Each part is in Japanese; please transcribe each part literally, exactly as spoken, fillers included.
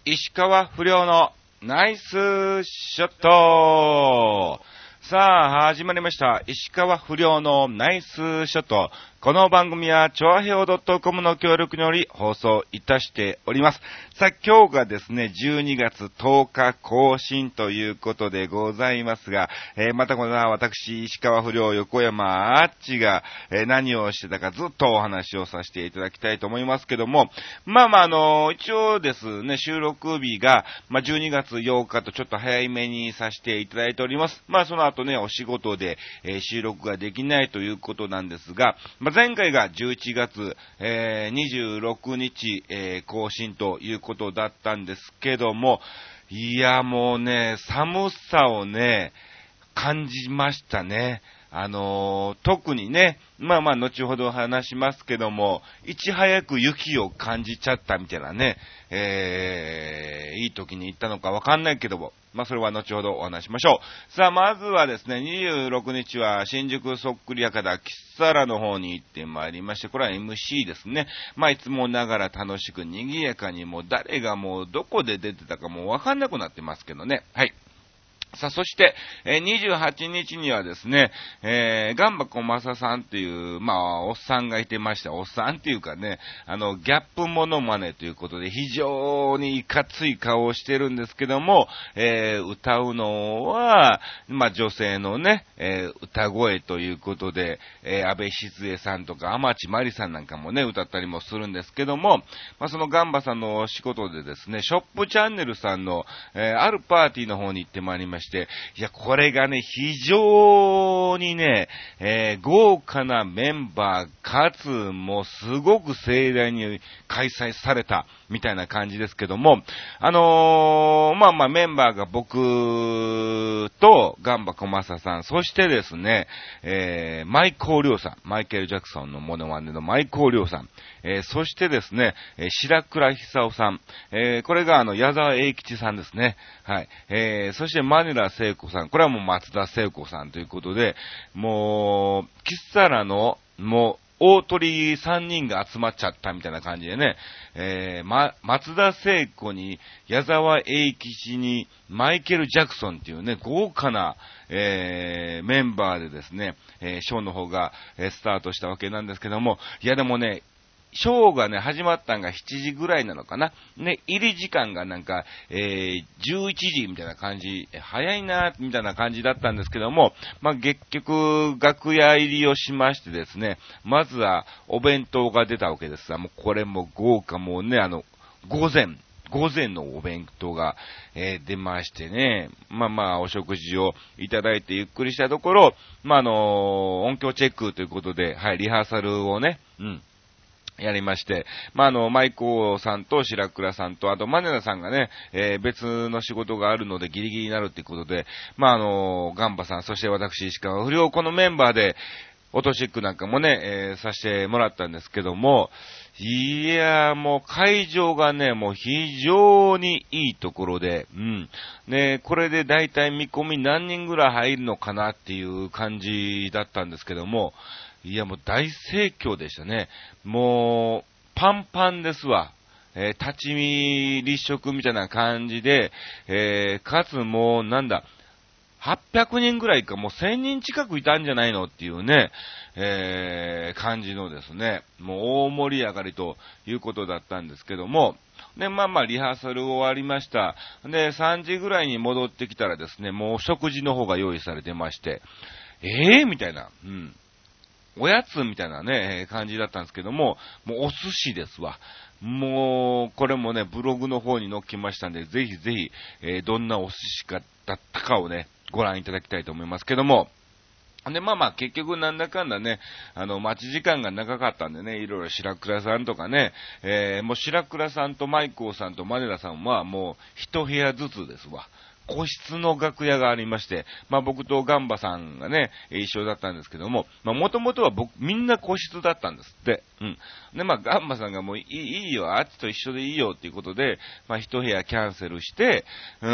石川不良のナイスショット。さあ、始まりました。石川不良のナイスショット。この番組は、チョアヘオ .com の協力により放送いたしております。さあ、今日がですね、じゅうにがつとおか更新ということでございますが、えー、またこの私、石川不良横山あっちが、えー、何をしてたかずっとお話をさせていただきたいと思いますけども、まあまあ、あのー、一応ですね、収録日が、まあ、じゅうにがつようかとちょっと早めにさせていただいております。まあ、その後ね、お仕事で、えー、収録ができないということなんですが、まあ、前回がじゅういちがつ、えー、にじゅうろくにち、えー、更新ということだったんですけども、いやもうね、寒さをね、感じましたね。あのー、特にね、まあまあ後ほど話しますけども、いち早く雪を感じちゃったみたいなね、えー、いい時に行ったのかわかんないけども、まあそれは後ほどお話しましょう。さあまずはですね、にじゅうろくにちは新宿そっくり館キッサラの方に行ってまいりまして、これは エムシー ですね。まあいつもながら楽しく賑やかにもう誰がもうどこで出てたかもうわかんなくなってますけどね。はい。さあ、そして、えー、にじゅうはちにちにはですね、えー、ガンバ小正さんっていう、まあ、おっさんがいてました。おっさんっていうかね、あの、ギャップモノマネということで、非常にいかつい顔をしてるんですけども、えー、歌うのは、まあ、女性のね、えー、歌声ということで、えー、安倍静江さんとか、天地真理さんなんかもね、歌ったりもするんですけども、まあ、そのガンバさんのお仕事でですね、ショップチャンネルさんの、えー、あるパーティーの方に行ってまいりました。して、いや、これがね、非常にね、えー、豪華なメンバーかつ、もうすごく盛大に開催されたみたいな感じですけども、あのー、まあまあメンバーが僕とガンバ小正さん、そしてですね、えー、マイコーリョウさん、マイケル・ジャクソンのモノマネのマイコーリョウさん、えー、そしてですね、えー、白倉久夫さん、えー、これがあの矢沢永吉さんですね、はい、えー、そしてマネラ聖子さん、これはもう松田聖子さんということで、もう、キッサラの、もう、大鳥さんにんが集まっちゃったみたいな感じでね、えー、ま、松田聖子に、矢沢永吉に、マイケル・ジャクソンっていうね、豪華な、えー、メンバーでですね、えー、ショーの方が、えー、スタートしたわけなんですけども、いやでもね、ショーがね、始まったんがしちじぐらいなのかな。ね、入り時間がなんか、えー、じゅういちじみたいな感じ、早いな、みたいな感じだったんですけども、まあ、結局、楽屋入りをしましてですね、まずはお弁当が出たわけですが、もうこれも豪華、もうね、あの、午前、午前のお弁当が、えー、出ましてね、まあまあお食事をいただいてゆっくりしたところ、まああのー、音響チェックということで、はい、リハーサルをね、うん。やりまして、まあ、あの、マイコーさんと白倉さんと、あとマネラさんがね、えー、別の仕事があるのでギリギリになるっていうことで、まあ、あの、ガンバさん、そして私、石川不良、このメンバーで、オトシックなんかもね、えー、させてもらったんですけども、いやーもう会場がね、もう非常にいいところで、うん。ね、これでだいたい見込み何人ぐらい入るのかなっていう感じだったんですけども、いやもう大盛況でしたね。もう、パンパンですわ。えー、立ち見立食みたいな感じで、えー、かつもうなんだ、はっぴゃくにんぐらいか、もうせんにん近くいたんじゃないのっていうね、えー、感じのですね、もう大盛り上がりということだったんですけども、で、まあまあリハーサル終わりました。で、さんじぐらいに戻ってきたらですね、もう食事の方が用意されてまして、えーみたいな、うん。おやつみたいなね、感じだったんですけども、もうお寿司ですわ。もう、これもね、ブログの方に載っけましたんで、ぜひぜひ、えー、どんなお寿司かだったかをね、ご覧いただきたいと思いますけども、で、まあまあ結局なんだかんだね、あの、待ち時間が長かったんでね、いろいろ白倉さんとかね、えー、もう白倉さんとマイコーさんとマネラさんはもう一部屋ずつですわ。個室の楽屋がありまして、まあ僕とガンバさんがね、一緒だったんですけども、まあもともとは僕、みんな個室だったんですって。うん。で、まあガンバさんがもういい、いいよ、あっちと一緒でいいよっていうことで、まあ一部屋キャンセルして、うん。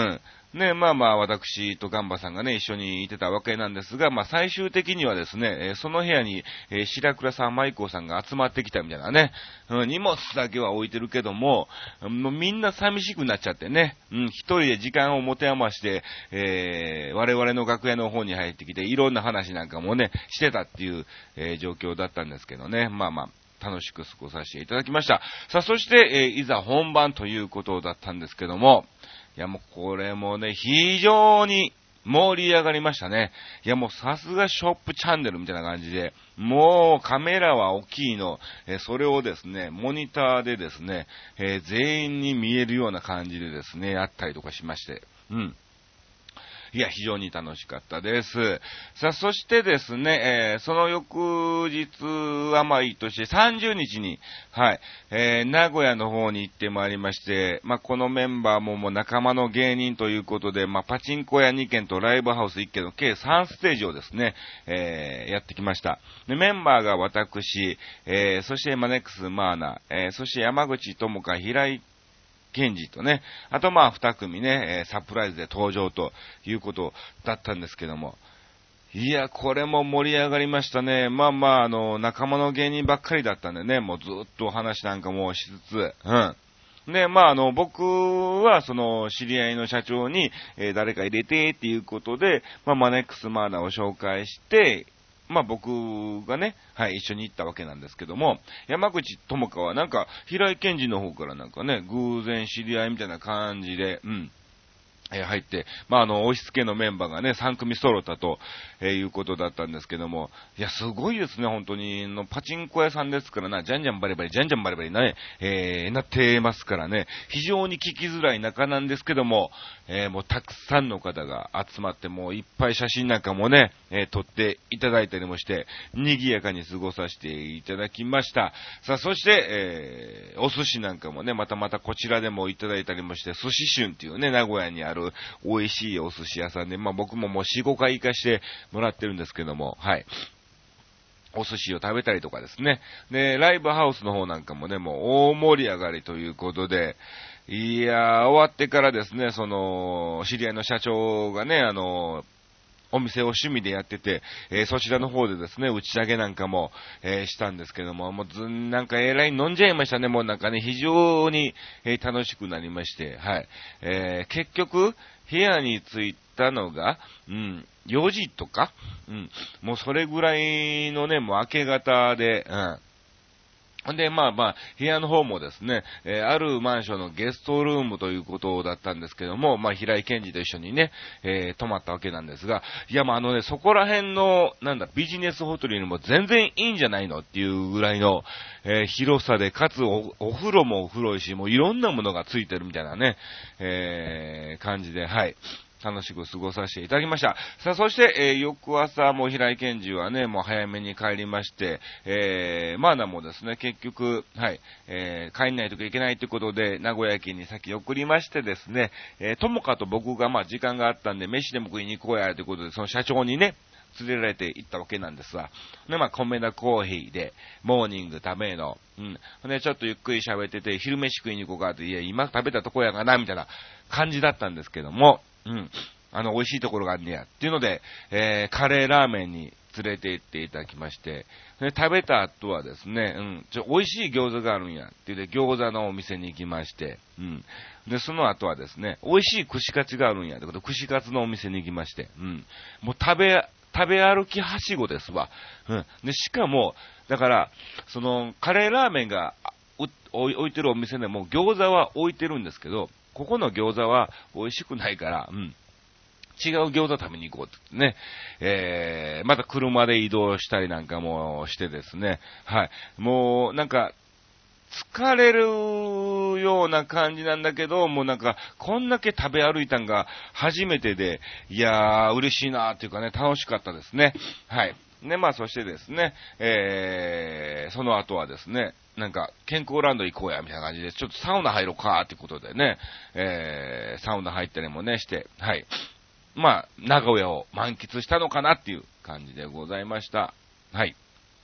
ね、まあまあ、私とガンバさんがね、一緒にいてたわけなんですが、まあ最終的にはですね、えー、その部屋に、えー、白倉さん、舞子さんが集まってきたみたいなね、うん、荷物だけは置いてるけども、もうみんな寂しくなっちゃってね、うん、一人で時間を持て余して、えー、我々の楽屋の方に入ってきて、いろんな話なんかもね、してたっていう、えー、状況だったんですけどね、まあまあ、楽しく過ごさせていただきました。さあ、そして、えー、いざ本番ということだったんですけども、いやもうこれもね、非常に盛り上がりましたね。いやもうさすがショップチャンネルみたいな感じで、もうカメラは大きいの、えー、それをですね、モニターでですね、えー、全員に見えるような感じでですね、やったりとかしまして、うん。いや、非常に楽しかったです。さあ、そしてですね、えー、その翌日はまあいいとして、さんじゅうにちに、はい、えー、名古屋の方に行ってまいりまして、まあこのメンバーももう仲間の芸人ということで、まあパチンコ屋にけんとライブハウスいっけんの計さんステージをですね、えー、やってきました。で、メンバーが私、えー、そしてマネックスマーナ、えー、そして山口智香、平井ケンジとね、あとまあ二組ね、サプライズで登場ということだったんですけども、いや、これも盛り上がりましたね。まあまあ、あの、仲間の芸人ばっかりだったんでね、もうずっとお話なんかもしつつ、うん。で、まあ、あの、僕は、その、知り合いの社長に、えー、誰か入れて、っていうことで、まあ、マネックスマーナーを紹介して、まあ僕がね、はい、一緒に行ったわけなんですけども、山口智香はなんか、平井健二の方からなんかね、偶然知り合いみたいな感じで、うん。えー、入って、まあ、あの、押し付けのメンバーがね、さんくみ揃ったと、えー、いうことだったんですけども、いや、すごいですね、本当に、の、パチンコ屋さんですからな、じゃんじゃんバリバリ、じゃんじゃんバリバリね、えー、なってますからね、非常に聞きづらい中なんですけども、えー、もうたくさんの方が集まって、もういっぱい写真なんかもね、えー、撮っていただいたりもして、賑やかに過ごさせていただきました。さあ、そして、えー、お寿司なんかもね、またまたこちらでもいただいたりもして、寿司旬っていうね、名古屋にある、美味しいお寿司屋さんで、まあ僕ももうよん、ごかい行かしてもらってるんですけども、はい。お寿司を食べたりとかですね。で、ライブハウスの方なんかもね、もう大盛り上がりということで、いやー、終わってからですね、その、知り合いの社長がね、あの、お店を趣味でやってて、えー、そちらの方でですね、打ち上げなんかも、えー、したんですけども、もうずん、なんかえらい飲んじゃいましたね、もうなんかね、非常に、えー、楽しくなりまして、はい。えー、結局、部屋に着いたのが、うん、よじとか、うん、もうそれぐらいのね、もう明け方で、うん。で、まあまあ、部屋の方もですね、えー、あるマンションのゲストルームということだったんですけども、まあ、平井健二と一緒にね、えー、泊まったわけなんですが、いや、まあ、あのね、そこら辺の、なんだ、ビジネスホテルよりも全然いいんじゃないのっていうぐらいの、えー、広さで、かつお、お風呂もお風呂いし、もういろんなものがついてるみたいなね、えー、感じで、はい。楽しく過ごさせていただきました。さあ、そして、えー、翌朝も平井健二はね、もう早めに帰りまして、えー、マーナもですね、結局、はい、えー、帰んないといけないということで、名古屋駅に先送りましてですね、えー、友香と僕がまあ時間があったんで、飯でも食いに行こうや、ということで、その社長にね、連れられて行ったわけなんですわ。で、まあ、米田コーヒーで、モーニング食べの、うん。で、ちょっとゆっくり喋ってて、昼飯食いに行こうかって、いや、今食べたとこやがな、みたいな感じだったんですけども、うん。あの、美味しいところがあるねや。っていうので、えー、カレーラーメンに連れて行っていただきまして、で食べた後はですね、うん、ちょ、美味しい餃子があるんや。って言って、餃子のお店に行きまして、うん。で、その後はですね、美味しい串カツがあるんや。ってこと、串カツのお店に行きまして、うん。もう食べ、食べ歩きはしごですわ。うん。で、しかも、だから、その、カレーラーメンが置いてるお店でも餃子は置いてるんですけど、ここの餃子は美味しくないから、うん。違う餃子食べに行こうって言ってね、えー、また車で移動したりなんかもしてですね、はい。もう、なんか、疲れるような感じなんだけど、もうなんか、こんだけ食べ歩いたんが初めてで、いやー、嬉しいなーっていうかね、楽しかったですね。はい。ね、まあそしてですね、えー、その後はですね、なんか、健康ランド行こうや、みたいな感じで、ちょっとサウナ入ろうか、ってことでね、えー、サウナ入ったりもね、して、はい。まあ、名古屋を満喫したのかなっていう感じでございました。はい。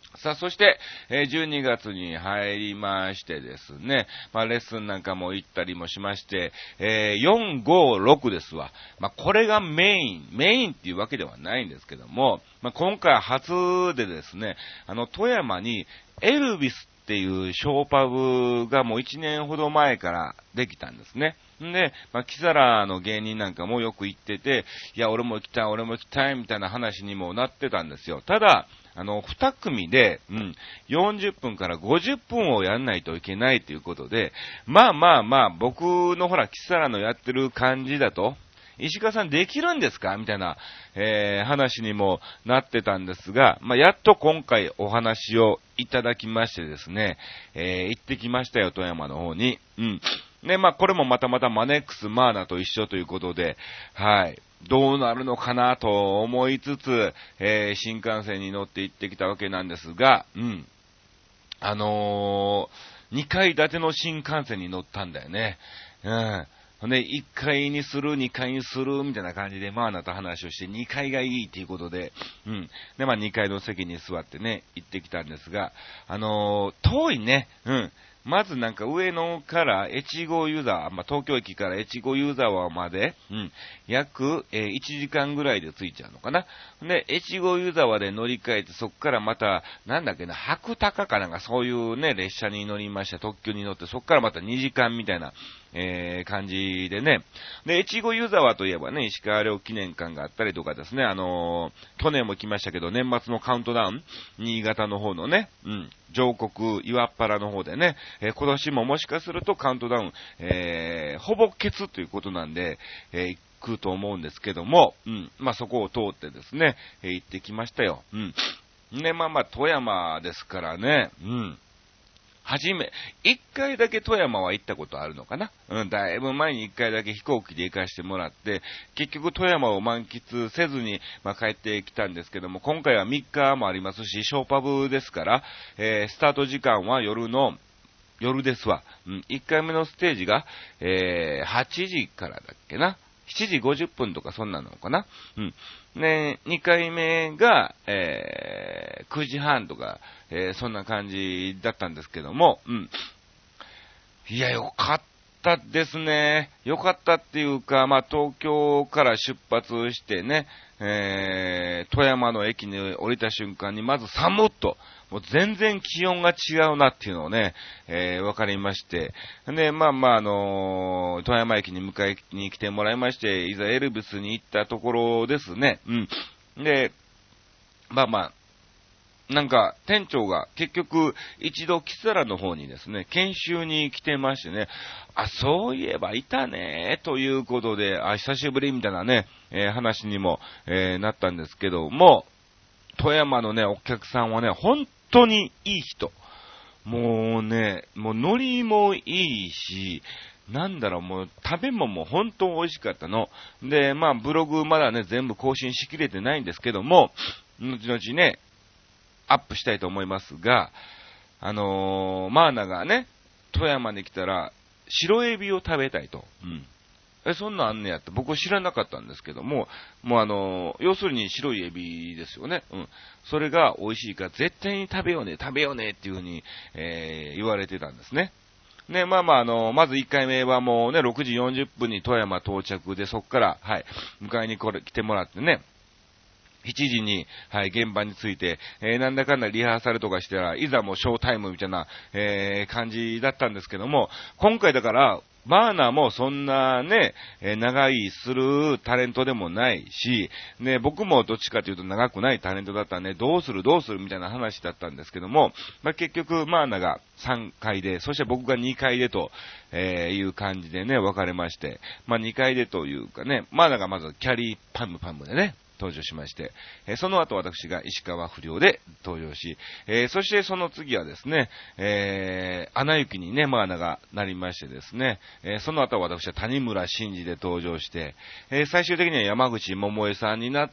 さあ、そして、えー、じゅうにがつに入りましてですね、まあ、レッスンなんかも行ったりもしまして、えー、よん、ご、ろくですわ。まあ、これがメイン、メインっていうわけではないんですけども、まあ、今回初でですね、あの、富山にエルビスっていうショーパブがもういちねんほど前からできたんですね。んで、まあ、キサラの芸人なんかもよく行ってて、いや、俺も行きたい、俺も行きたい、みたいな話にもなってたんですよ。ただ、あの、二組で、うん、よんじゅっぷんからごじゅっぷんをやんないといけないということで、まあまあまあ、僕のほら、キサラのやってる感じだと、石川さんできるんですかみたいな、えー、話にもなってたんですが、まあ、やっと今回お話をいただきましてですね、えー、行ってきましたよ、富山の方に。うん。で、まあ、これもまたまたマネックスマーナと一緒ということで、はい。どうなるのかなと思いつつ、えー、新幹線に乗って行ってきたわけなんですが、うん。あのー、にかい建ての新幹線に乗ったんだよね。うん。で、いっかいにする、にかいにする、みたいな感じで、マーナと話をして、にかいがいいっていうことで、うん。で、まあ、にかいの席に座ってね、行ってきたんですが、あのー、遠いね、うん。まずなんか上野から越後湯沢、まあ、東京駅から越後湯沢まで、うん、約、えー、いちじかんぐらいで着いちゃうのかな。で、越後湯沢で乗り換えて、そこからまた、なんだっけな、白鷹かなんかそういうね、列車に乗りました、特急に乗って、そこからまたにじかんみたいな、えー、感じでね。で、越後湯沢といえばね、石川遼記念館があったりとかですね、あのー、去年も来ましたけど、年末のカウントダウン、新潟の方のね、うん、上国岩っ原の方でね、えー、今年ももしかするとカウントダウン、えー、ほぼ欠ということなんで、えー、行くと思うんですけども、うん、まあ、そこを通ってですね、えー、行ってきましたよ。うん。ね、まあまあ、富山ですからね、うん。はじめ、一回だけ富山は行ったことあるのかな。うん、だいぶ前に一回だけ飛行機で行かしてもらって、結局富山を満喫せずに、まあ、帰ってきたんですけども、今回はみっかもありますし、ショーパブですから、えー、スタート時間は夜の、夜ですわ。うん、いっかいめのステージが、えー、はちじからだっけな。しちじごじゅっぷんとかそんなのかな。うん。ね、にかいめが、えー、くじはんとか、えー、そんな感じだったんですけども、うん。いや、よかったですね。よかったっていうか、まあ、東京から出発してね、えー、富山の駅に降りた瞬間に、まず寒っと、もう全然気温が違うなっていうのをね、えー、わかりまして。で、まあまあ、あのー、富山駅に迎えに来てもらいまして、いざエルビスに行ったところですね。うん。で、まあまあ、なんか、店長が結局、一度キサラの方にですね、研修に来てましてね、あ、そういえばいたね、ということで、あ、久しぶりみたいなね、えー、話にも、えー、なったんですけども、富山のね、お客さんはね、本当にいい人。もうね、もうノリもいいし、なんだろう、もう食べ物も本当美味しかったの。で、まあ、ブログまだね、全部更新しきれてないんですけども、後々ね、アップしたいと思いますが、あのー、マーナがね、富山に来たら、白エビを食べたいと。うん。え、そんなんあんねやって、僕知らなかったんですけども、もうあのー、要するに白いエビですよね。うん。それが美味しいから、絶対に食べようね、食べようねっていうふうに、えー、言われてたんですね。ね、まあまあ、あのー、まずいっかいめはもうね、ろくじよんじゅっぷんに富山到着で、そっから、はい、迎えにこれ来てもらってね、しちじに、はい、現場に着いて、えー、なんだかんだリハーサルとかしてたら、いざもうショータイムみたいな、えー、感じだったんですけども、今回だから、バーナーもそんなね、えー、長いするタレントでもないし、ね、僕もどっちかというと長くないタレントだったんで、どうするどうするみたいな話だったんですけども、まあ、結局、マーナがさんかいで、そして僕がにかいでと、えー、いう感じでね、分かれまして、まあ、にかいでというかね、マーナがまずキャリーパムパムでね、登場しまして、えー、その後私が石川不良で登場し、えー、そしてその次はですね、えー、アナ雪にね、マーナがなりましてですね、えー、その後は私は谷村新司で登場して、えー、最終的には山口百恵さんになって、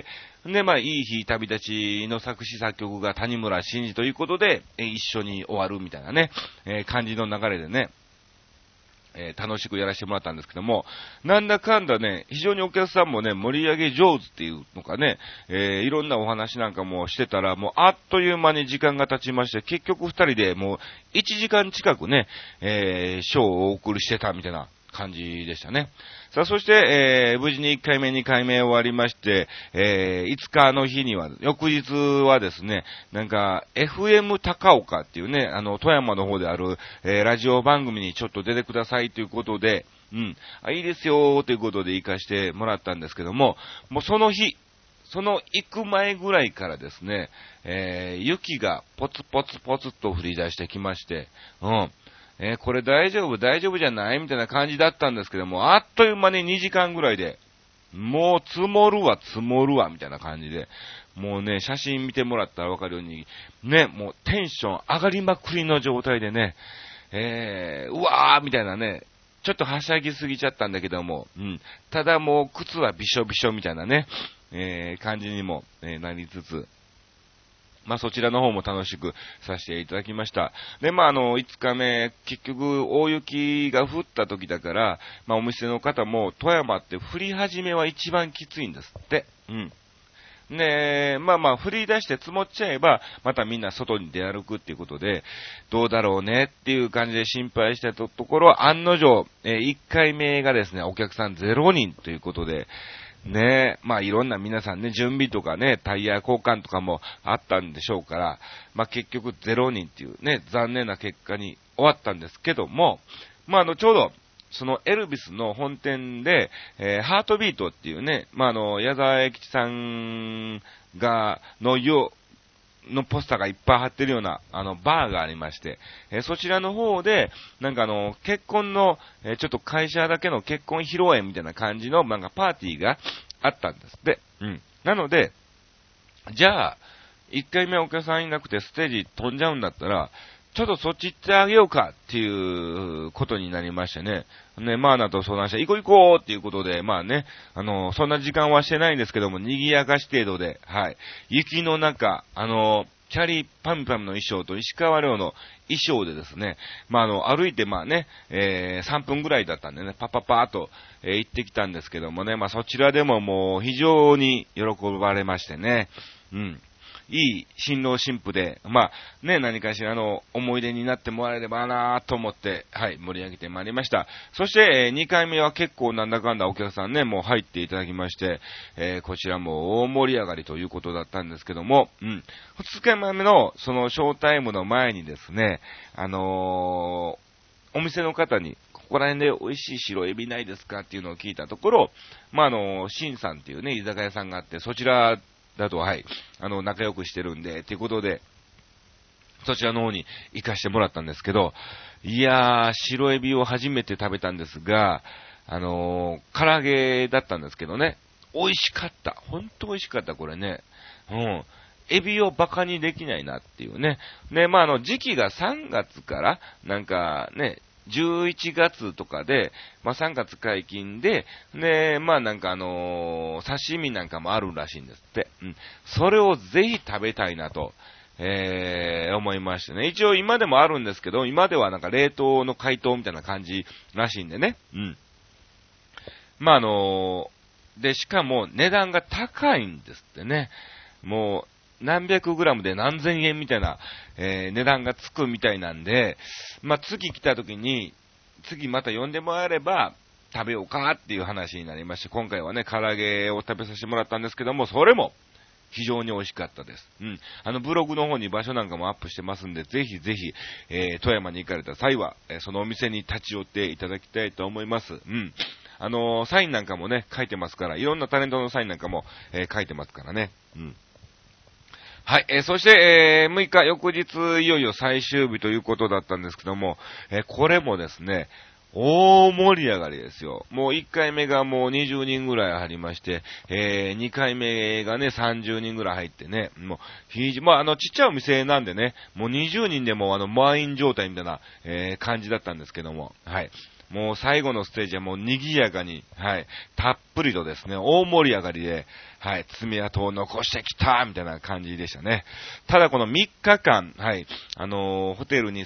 で、まあ、いい日旅立ちの作詞作曲が谷村新司ということで、えー、一緒に終わるみたいなね、えー、感じの流れでね、 えー、楽しくやらせてもらったんですけども、なんだかんだね、非常にお客さんもね、盛り上げ上手っていうのかね、えー、いろんなお話なんかもしてたら、もうあっという間に時間が経ちまして、結局二人でもういちじかん近くね、えー、ショーをお送りしてたみたいな感じでしたね。さあ、そして、えー、無事にいっかいめ、にかいめ終わりまして、えー、いつかの日には、翌日はですね、なんか、エフエム 高岡っていうね、あの、富山の方である、えー、ラジオ番組にちょっと出てくださいということで、うん、あ、いいですよということで行かしてもらったんですけども、もうその日、その行く前ぐらいからですね、えー、雪がポツポツポツと降り出してきまして、うん。えー、これ大丈夫大丈夫じゃないみたいな感じだったんですけども、あっという間ににじかんぐらいで、もう積もるわ積もるわみたいな感じで、もうね、写真見てもらったらわかるように、ね、もうテンション上がりまくりの状態でね、えー、うわーみたいなね、ちょっとはしゃぎすぎちゃったんだけども、うん。ただもう靴はびしょびしょみたいなね、えー、感じにも、えー、なりつつ、まあそちらの方も楽しくさせていただきました。で、まああの、いつかめ、結局大雪が降った時だから、まあお店の方も富山って降り始めは一番きついんですって。うん。ねえ、まあまあ降り出して積もっちゃえば、またみんな外に出歩くっていうことで、どうだろうねっていう感じで心配してたところ、案の定、えー、いっかいめがですね、お客さんゼロにんということで、ねえ、まあいろんな皆さんね、準備とかね、タイヤ交換とかもあったんでしょうから、まあ結局ゼロにんっていうね、残念な結果に終わったんですけども、まああの、ちょうど、そのエルビスの本店で、えー、ハートビートっていうね、まああの、矢沢永吉さんが、のよう、のポスターがいっぱい貼ってるような、あの、バーがありまして、えー、そちらの方で、なんかあの、結婚の、えー、ちょっと会社だけの結婚披露宴みたいな感じの、なんかパーティーがあったんですって。うん。なので、じゃあ、いっかいめお客さんいなくてステージ飛んじゃうんだったら、ちょっとそっち行ってあげようかっていうことになりましてね。ね、マーナと相談して、行こう行こうっていうことで、まあね、あの、そんな時間はしてないんですけども、賑やかし程度で、はい。雪の中、あの、キャリーパンパンの衣装と石川遼の衣装でですね、まああの、歩いてまあね、えー、さんぷんぐらいだったんでね、パッパッパーっと、えー、行ってきたんですけどもね、まあそちらでももう非常に喜ばれましてね、うん。いい新郎新婦で、まあね、何かしらの思い出になってもらえればなと思って、はい、盛り上げてまいりました。そして、えー、にかいめは結構なんだかんだお客さんね、もう入っていただきまして、えー、こちらも大盛り上がりということだったんですけども、うん。ふつかめのそのショータイムの前にですね、あのー、お店の方に、ここら辺で美味しい白エビないですかっていうのを聞いたところ、まあ、あのー、シンさんっていうね、居酒屋さんがあって、そちらだと、はい、あの、仲良くしてるんで、ということで、そちらの方に行かしてもらったんですけど、いやー、白エビを初めて食べたんですが、あのー、唐揚げだったんですけどね、美味しかった。ほんと美味しかった、これね。うん。エビをバカにできないなっていうね。ね、まあ、あの、時期がさんがつから、なんかね、じゅういちがつとかで、まあ、さんがつ解禁で、で、まあなんかあのー、刺身なんかもあるらしいんですって。うん。それをぜひ食べたいなと、えー、思いましてね。一応今でもあるんですけど、今ではなんか冷凍の解凍みたいな感じらしいんでね。うん。まああのー、で、しかも値段が高いんですってね。もう、何百グラムで何千円みたいな、えー、値段がつくみたいなんで、まあ、次来た時に、次また呼んでもらえれば、食べようかっていう話になりまして、今回はね、唐揚げを食べさせてもらったんですけども、それも、非常に美味しかったです。うん。あの、ブログの方に場所なんかもアップしてますんで、ぜひぜひ、えー、富山に行かれた際は、えー、そのお店に立ち寄っていただきたいと思います。うん。あのー、サインなんかもね、書いてますから、いろんなタレントのサインなんかも、えー、書いてますからね。うん。はい、えー、そして、えー、むいか、翌日、いよいよ最終日ということだったんですけども、えー、これもですね、大盛り上がりですよ。もういっかいめがもうにじゅうにんぐらい入りまして、えー、にかいめがね、さんじゅうにんぐらい入ってね、もう、ひじ、まあ、あの、ちっちゃいお店なんでね、もうにじゅうにんでもあの、満員状態みたいな、えー、感じだったんですけども、はい。もう最後のステージはもう賑やかに、はい、たっぷりとですね、大盛り上がりで、はい、爪痕を残してきたみたいな感じでしたね。ただこのみっかかん、はい、あのー、ホテルにす、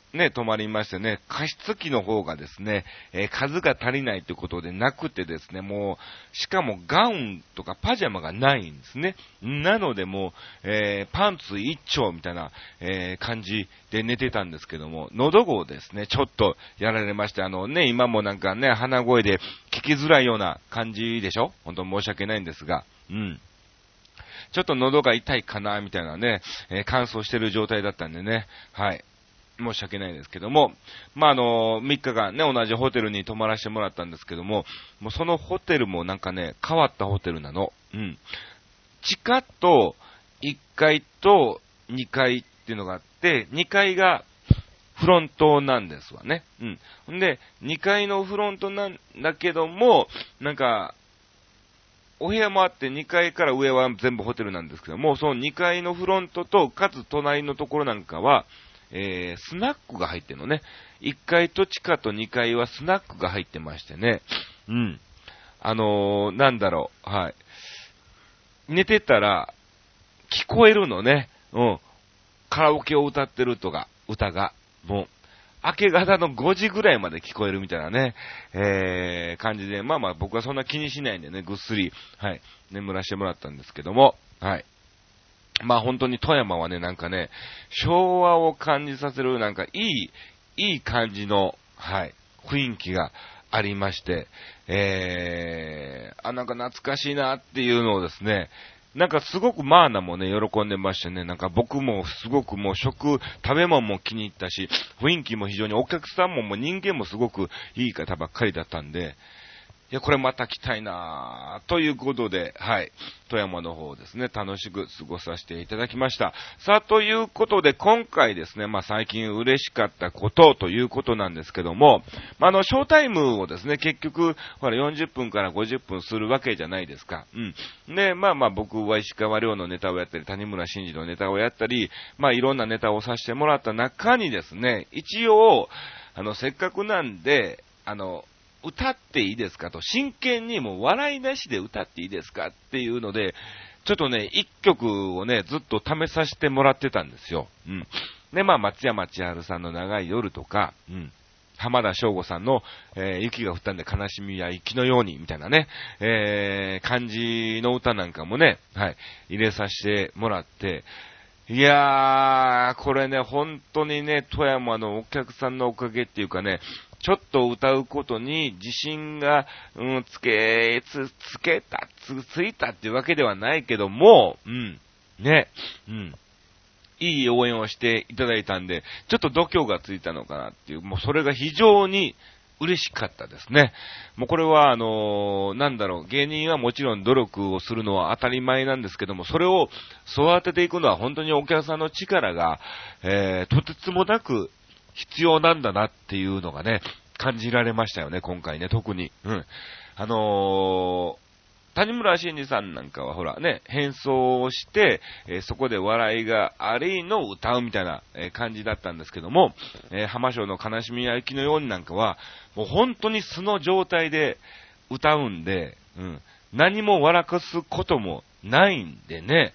ね、泊まりましてね、加湿器の方がですね、えー、数が足りないということでなくてですね、もう、しかもガウンとかパジャマがないんですね。なのでもう、えー、パンツ一丁みたいな、えー、感じで寝てたんですけども、喉号ですね、ちょっとやられまして、あのね、今もなんかね、鼻声で聞きづらいような感じでしょ？本当申し訳ないんですが、うん。ちょっと喉が痛いかな、みたいなね、えー、乾燥してる状態だったんでね、はい。申し訳ないですけども、まあ、あの、みっかかんね、同じホテルに泊まらせてもらったんですけども、もうそのホテルもなんかね、変わったホテルなの。うん。地下といっかいとにかいっていうのがあって、にかいがフロントなんですわね。うん。んで、にかいのフロントなんだけども、なんか、お部屋もあってにかいから上は全部ホテルなんですけども、そのにかいのフロントと、かつ隣のところなんかは、えー、スナックが入ってるのね。いっかいと地下とにかいはスナックが入ってましてね。うん。あのー、なんだろう。はい。寝てたら、聞こえるのね。うん。カラオケを歌ってるとか、歌が。もう、明け方のごじぐらいまで聞こえるみたいなね、えー、感じで、まあまあ僕はそんな気にしないんでね、ぐっすり、はい、眠らせてもらったんですけども、はい。まあ本当に富山はね、なんかね、昭和を感じさせる、なんかいい、いい感じの、はい、雰囲気がありまして、えー、あ、なんか懐かしいなっていうのをですね、なんかすごくマーナもね、喜んでましたね。なんか僕もすごくもう食、食べ物も気に入ったし、雰囲気も非常にお客さんももう人間もすごくいい方ばっかりだったんで、いや、これまた来たいなぁ。ということで、はい。富山の方ですね、楽しく過ごさせていただきました。さあ、ということで、今回ですね、まあ最近嬉しかったことということなんですけども、まあ、あの、ショータイムをですね、結局、ほら、よんじゅっぷんからごじゅっぷんするわけじゃないですか。うん。で、まあまあ僕は石川遼のネタをやったり、谷村新司のネタをやったり、まあいろんなネタをさせてもらった中にですね、一応、あの、せっかくなんで、あの、歌っていいですかと、真剣にもう笑いなしで歌っていいですかっていうので、ちょっとね、一曲をね、ずっと試させてもらってたんですよ。うん。で、まあ、松山千春さんの長い夜とか、うん。浜田省吾さんの、えー、雪が降ったんで悲しみや息のように、みたいなね、えー、感じの歌なんかもね、はい、入れさせてもらって、いやー、これね、本当にね、富山のお客さんのおかげっていうかね、ちょっと歌うことに自信が、うん、つけ、つ、つけた、つ、ついたっていうわけではないけども、うん、ね、うん、いい応援をしていただいたんで、ちょっと度胸がついたのかなっていう、もうそれが非常に嬉しかったですね。もうこれは、あのー、なんだろう、芸人はもちろん努力をするのは当たり前なんですけども、それを育てていくのは本当にお客さんの力が、えー、とてつもなく必要なんだなっていうのがね、感じられましたよね、今回ね、特に。うん。あのー、谷村新司さんなんかはほらね、変装をして、えー、そこで笑いがありのを歌うみたいな、えー、感じだったんですけども、えー、浜省の悲しみや息のようになんかは、もう本当に素の状態で歌うんで、うん、何も笑かすこともないんでね、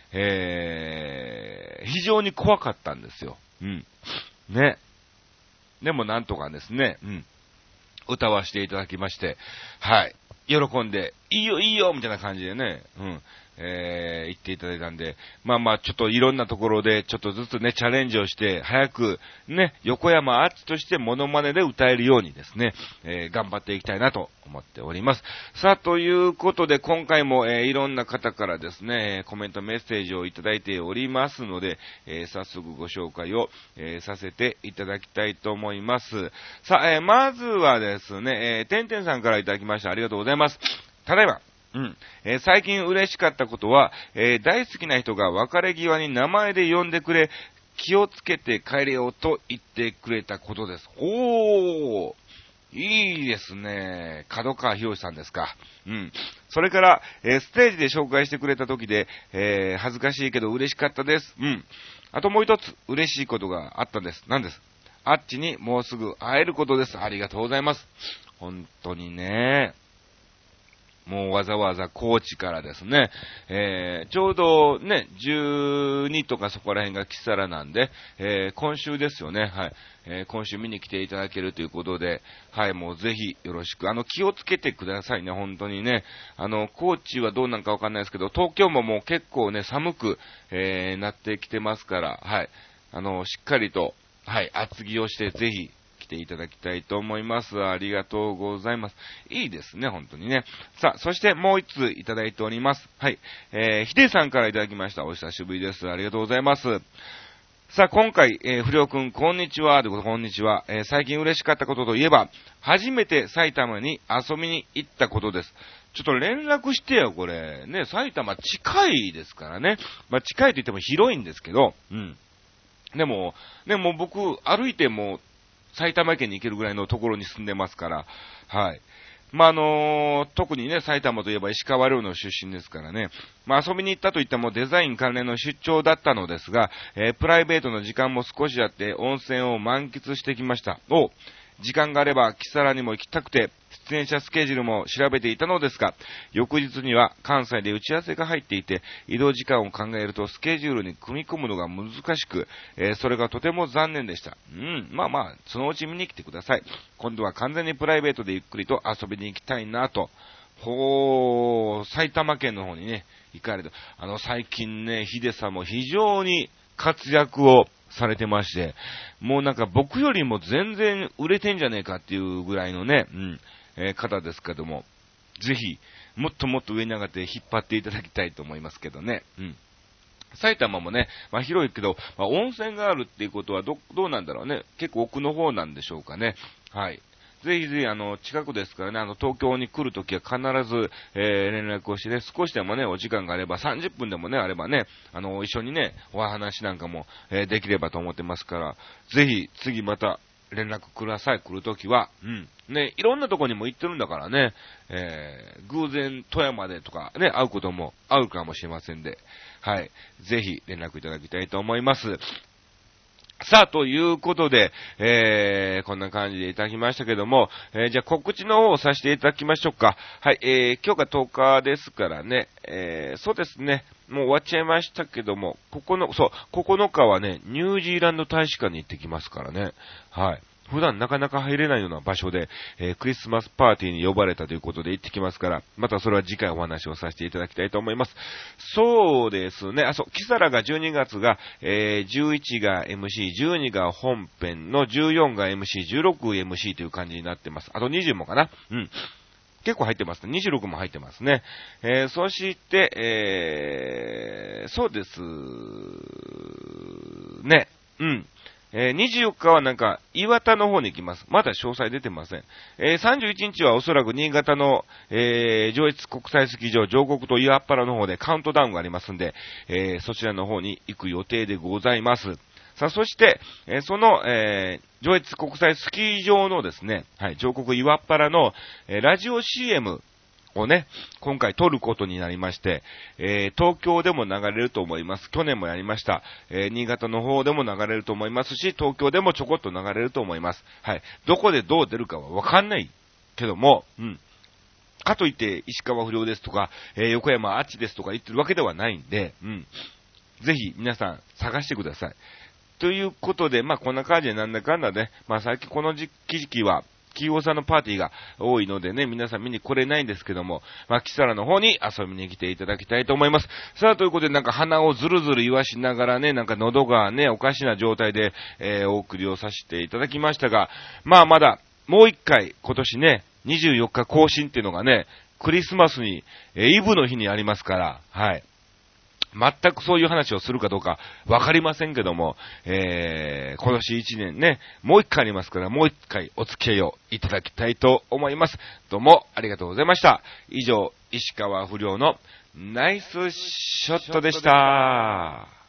えー、非常に怖かったんですよ。うん。ね。でもなんとかですね、うん。歌わせていただきまして、はい。喜んで、いいよいいよみたいな感じでね、うん。えー、言っていただいたんで、まあまあ、ちょっといろんなところで、ちょっとずつね、チャレンジをして、早く、ね、横山あっちとしてモノマネで歌えるようにですね、えー、頑張っていきたいなと思っております。さあ、ということで、今回も、えー、いろんな方からですね、コメント、メッセージをいただいておりますので、えー、早速ご紹介を、えー、させていただきたいと思います。さあ、えー、まずはですね、えー、てんてんさんからいただきました。ありがとうございます。ただいま。うん。えー、最近嬉しかったことは、えー、大好きな人が別れ際に名前で呼んでくれ、気をつけて帰れよと言ってくれたことです。おー、いいですね。角川博さんですか。うん。それから、えー、ステージで紹介してくれた時で、えー、恥ずかしいけど嬉しかったです。うん。あともう一つ、嬉しいことがあったんです。何です？あっちにもうすぐ会えることです。ありがとうございます。本当にね。 もうわざわざ高知からですね、えー、ちょうどね、じゅうにとかそこら辺がキサラなんで、えー、今週ですよね、はい、えー、今週見に来ていただけるということで、はい、もうぜひよろしく、あの、気をつけてくださいね、本当にね、あの、高知はどうなんかわかんないですけど、東京ももう結構ね、寒く、えー、なってきてますから、はい、あの、しっかりと、はい、厚着をして、ぜひ、来ていただきたいと思います。ありがとうございます。いいですね、本当にね。さあ、そしてもう一通いただいております。はい。えー、ひでさんからいただきました。お久しぶりです。ありがとうございます。さあ、今回、えー、不良くん、こんにちは。ということで、こんにちは。えー、最近嬉しかったことといえば、初めて埼玉に遊びに行ったことです。ちょっと連絡してよ、これ。ね、埼玉近いですからね。まあ、近いと言っても広いんですけど、うん。でも、でも僕、歩いても、埼玉県に行けるぐらいのところに住んでますから、はい。まあ、あのー、特にね、埼玉といえば石川遼の出身ですからね、まあ、遊びに行ったといってもデザイン関連の出張だったのですが、えー、プライベートの時間も少しあって温泉を満喫してきました。お、時間があればキサラにも行きたくて、出演者スケジュールも調べていたのですが、翌日には関西で打ち合わせが入っていて、移動時間を考えるとスケジュールに組み込むのが難しく、えー、それがとても残念でした。うん、まあまあ、そのうち見に来てください。今度は完全にプライベートでゆっくりと遊びに行きたいなと。ほー、埼玉県の方にね、行かれた。あの、最近ね、ヒデさんも非常に活躍をされてまして、もうなんか僕よりも全然売れてんじゃねえかっていうぐらいのね、うん、えー、方ですけども、ぜひ、もっともっと上に上がって引っ張っていただきたいと思いますけどね、うん。埼玉もね、まあ広いけど、まあ温泉があるっていうことはど、どうなんだろうね。結構奥の方なんでしょうかね。はい。ぜひぜひ、あの、近くですからね、あの、東京に来るときは必ず、えー、連絡をしてね、少しでもね、お時間があれば、さんじゅっぷんでもね、あればね、あの、一緒にね、お話なんかも、えー、できればと思ってますから、ぜひ、次また、連絡ください、来るときは。うん。ね、いろんなとこにも行ってるんだからね、えー、偶然、富山でとかね、会うこともあるかもしれませんで、はい。ぜひ、連絡いただきたいと思います。さあ、ということで、えー、こんな感じでいただきましたけども、えー、じゃあ告知の方をさせていただきましょうか。はい、えー、今日がとおかですからね、えー、そうですね、もう終わっちゃいましたけども、ここの、そう、ここのかはね、ニュージーランド大使館に行ってきますからね、はい。普段なかなか入れないような場所で、えー、クリスマスパーティーに呼ばれたということで行ってきますから、またそれは次回お話をさせていただきたいと思います。そうですね、あ、そう、キサラがじゅうにがつが、えー、じゅういちが エムシー、じゅうにが本編のじゅうよんが エムシー、じゅうろくエムシー という感じになってます。あとにじゅうもかな。うん。結構入ってますね。にじゅうろくも入ってますね。えー、そして、えー、そうです。ね。うん。えー、にじゅうよっかはなんか、岩田の方に行きます。まだ詳細出てません。えー、さんじゅういちにちはおそらく新潟の、えー、上越国際スキー場、上国と岩っ原の方でカウントダウンがありますんで、えー、そちらの方に行く予定でございます。さあ、そして、えー、その、えー、上越国際スキー場のですね、はい、上国岩っ原の、えー、ラジオ シーエム、をね、今回撮ることになりまして、えー、東京でも流れると思います。去年もやりました。えー、新潟の方でも流れると思いますし、東京でもちょこっと流れると思います。はい。どこでどう出るかはわかんないけども、うん。かといって、石川不良ですとか、えー、横山あっちですとか言ってるわけではないんで、うん。ぜひ皆さん探してください。ということで、まあこんな感じでなんだかんだね、まあ最近この時期は、企業さんのパーティーが多いのでね、皆さん見に来れないんですけども、まあ、キサラの方に遊びに来ていただきたいと思います。さあ、ということでなんか鼻をずるずる言わしながらね、なんか喉がね、おかしな状態で、えー、お送りをさせていただきましたが、まあまだ、もう一回、今年ね、にじゅうよっか更新っていうのがね、クリスマスに、えー、イブの日にありますから、はい。全くそういう話をするかどうかわかりませんけども、えー、今年一年ね、もう一回ありますから、もう一回お付き合いをいただきたいと思います。どうもありがとうございました。以上、石川不良のナイスショットでした。